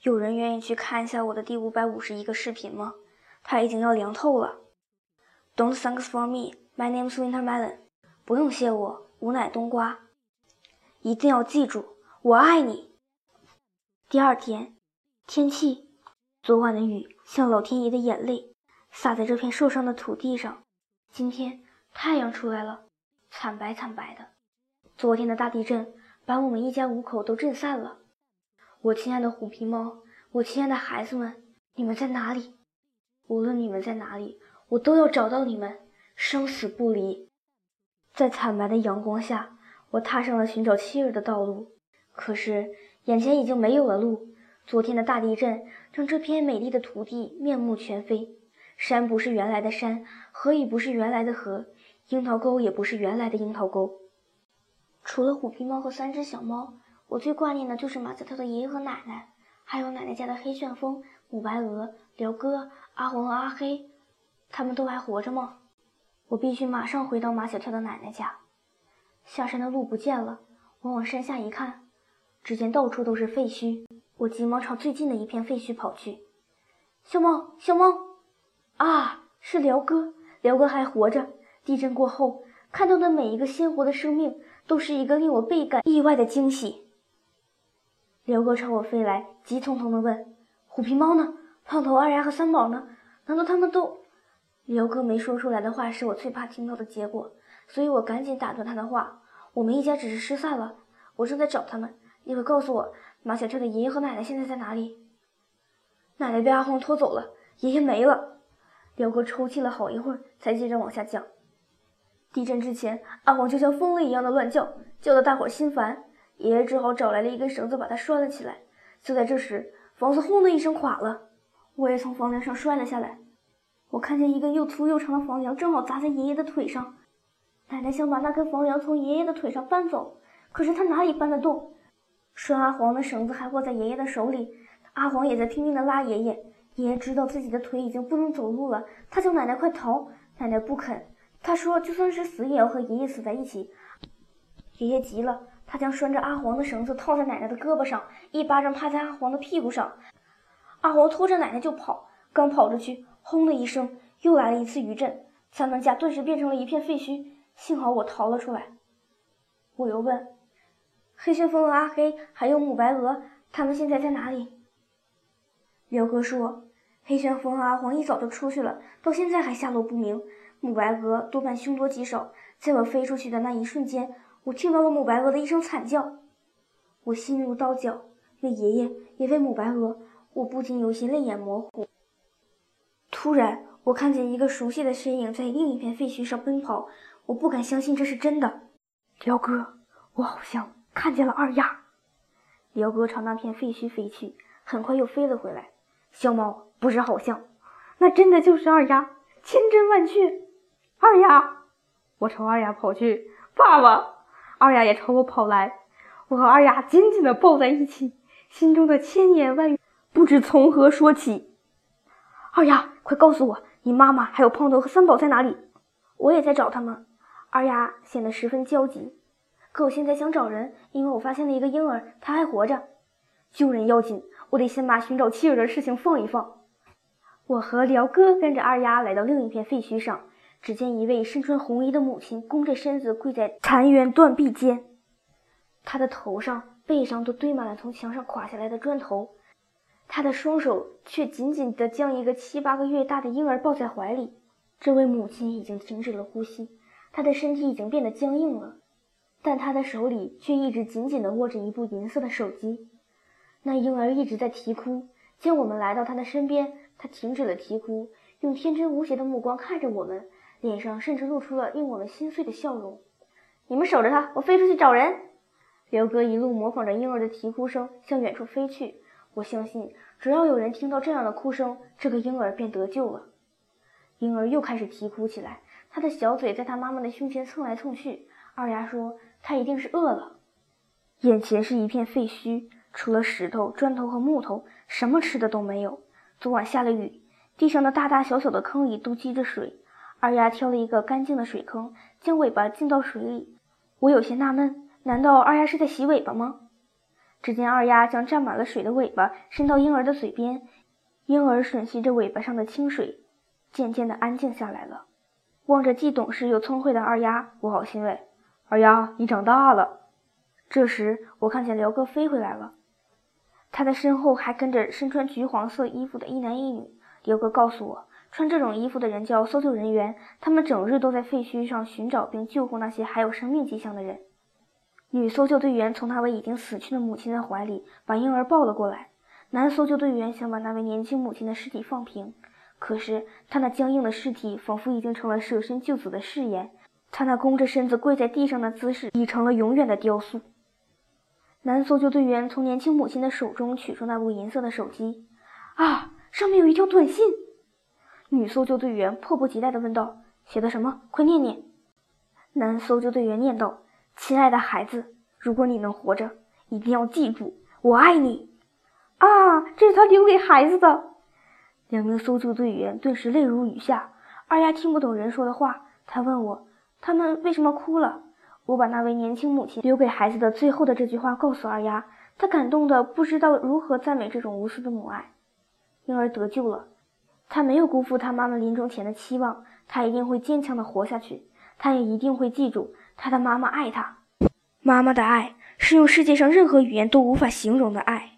有人愿意去看一下我的第551个视频吗？它已经要凉透了。Don't thanks for me, my name's Wintermelon。不用谢我，吾乃冬瓜。一定要记住，我爱你。第二天，天气，昨晚的雨像老天爷的眼泪，洒在这片受伤的土地上。今天太阳出来了，惨白惨白的。昨天的大地震把我们一家5口都震散了。我亲爱的虎皮猫，我亲爱的孩子们，你们在哪里？无论你们在哪里，我都要找到你们，生死不离。在惨白的阳光下，我踏上了寻找妻儿的道路。可是眼前已经没有了路。昨天的大地震让这片美丽的土地面目全非，山不是原来的山，河已不是原来的河，樱桃沟也不是原来的樱桃沟。除了虎皮猫和3只小猫，我最挂念的就是马小跳的爷爷和奶奶，还有奶奶家的黑旋风、母白鹅、辽哥、阿黄和阿黑，他们都还活着吗？我必须马上回到马小跳的奶奶家。下山的路不见了，我往山下一看，只见到处都是废墟。我急忙朝最近的一片废墟跑去。小猫，小猫！啊，是辽哥，辽哥还活着。地震过后，看到的每一个鲜活的生命，都是一个令我倍感意外的惊喜。辽哥朝我飞来，急匆匆地问：虎皮猫呢？胖头、二丫和三宝呢？难道他们都……辽哥没说出来的话是我最怕听到的结果，所以我赶紧打断他的话。我们一家只是失散了，我正在找他们，你会告诉我马小跳的爷爷和奶奶现在在哪里？奶奶被阿黄拖走了，爷爷没了。辽哥抽泣了好一会儿，才接着往下讲。地震之前，阿黄就像疯了一样的乱叫，叫得大伙心烦。爷爷只好找来了一根绳子把他拴了起来。就在这时，房子轰的一声垮了，我也从房梁上摔了下来。我看见一根又粗又长的房梁正好砸在爷爷的腿上。奶奶想把那根房梁从爷爷的腿上搬走，可是她哪里搬得动？拴阿黄的绳子还握在爷爷的手里，阿黄也在拼命地拉爷爷。爷爷知道自己的腿已经不能走路了，他叫奶奶快逃，奶奶不肯。他说就算是死也要和爷爷死在一起。爷爷急了，他将拴着阿黄的绳子套在奶奶的胳膊上，一巴掌拍在阿黄的屁股上。阿黄拖着奶奶就跑，刚跑出去，轰的一声，又来了一次余震，咱们家顿时变成了一片废墟。幸好我逃了出来。我又问：黑旋风和阿黑还有母白鹅，他们现在在哪里？辽哥说，黑旋风和阿黄一早就出去了，到现在还下落不明。母白鹅多半凶多吉少，在我飞出去的那一瞬间，我听到了母白鹅的一声惨叫。我心如刀绞，为爷爷也为母白鹅，我不禁有些泪眼模糊。突然我看见一个熟悉的身影在另一片废墟上奔跑，我不敢相信这是真的。辽哥，我好像看见了二丫。辽哥朝那片废墟飞去，很快又飞了回来。小猫，不是好像，那真的就是二丫，千真万确。二丫！我朝二丫跑去，爸爸！二丫也朝我跑来，我和二丫紧紧地抱在一起，心中的千言万语不知从何说起。二丫，快告诉我，你妈妈还有胖头和三宝在哪里？我也在找他们。二丫显得十分焦急。可我现在想找人，因为我发现了一个婴儿，他还活着。救人要紧，我得先把寻找妻儿的事情放一放。我和辽哥跟着二丫来到另一片废墟上，只见一位身穿红衣的母亲弓着身子跪在残垣断壁间，她的头上、背上都堆满了从墙上垮下来的砖头，她的双手却紧紧地将一个7、8个月大的婴儿抱在怀里。这位母亲已经停止了呼吸，她的身体已经变得僵硬了，但她的手里却一直紧紧地握着一部银色的手机。那婴儿一直在啼哭，见我们来到他的身边，他停止了啼哭，用天真无邪的目光看着我们，脸上甚至露出了令我们心碎的笑容。你们守着他，我飞出去找人。辽哥一路模仿着婴儿的啼哭声向远处飞去。我相信只要有人听到这样的哭声，这个婴儿便得救了。婴儿又开始啼哭起来，他的小嘴在他妈妈的胸前蹭来蹭去。二丫说他一定是饿了。眼前是一片废墟，除了石头、砖头和木头，什么吃的都没有。昨晚下了雨，地上的大大小小的坑里都积着水。二丫挑了一个干净的水坑，将尾巴浸到水里。我有些纳闷，难道二丫是在洗尾巴吗？ 只见二丫将沾满了水的尾巴伸到婴儿的嘴边，婴儿吮吸着尾巴上的清水，渐渐地安静下来了。望着既懂事又聪慧的二丫，我好欣慰。二丫，你长大了。这时我看见辽哥飞回来了，他的身后还跟着身穿橘黄色衣服的一男一女。辽哥告诉我，穿这种衣服的人叫搜救人员，他们整日都在废墟上寻找并救护那些还有生命迹象的人。女搜救队员从那位已经死去的母亲的怀里把婴儿抱了过来，男搜救队员想把那位年轻母亲的尸体放平，可是他那僵硬的尸体仿佛已经成了舍身救子的誓言，他那弓着身子跪在地上的姿势已成了永远的雕塑。男搜救队员从年轻母亲的手中取出那部银色的手机。啊，上面有一条短信！女搜救队员迫不及待地问道：“写的什么？快念念。”男搜救队员念道：“亲爱的孩子，如果你能活着，一定要记住，我爱你。”啊，这是他留给孩子的。两名搜救队员顿时泪如雨下。二丫听不懂人说的话，她问我，他们为什么哭了？我把那位年轻母亲留给孩子的最后的这句话告诉二丫，她感动的不知道如何赞美这种无私的母爱。婴儿得救了，他没有辜负他妈妈临终前的期望，他一定会坚强的活下去，他也一定会记住他的妈妈爱他。妈妈的爱是用世界上任何语言都无法形容的爱。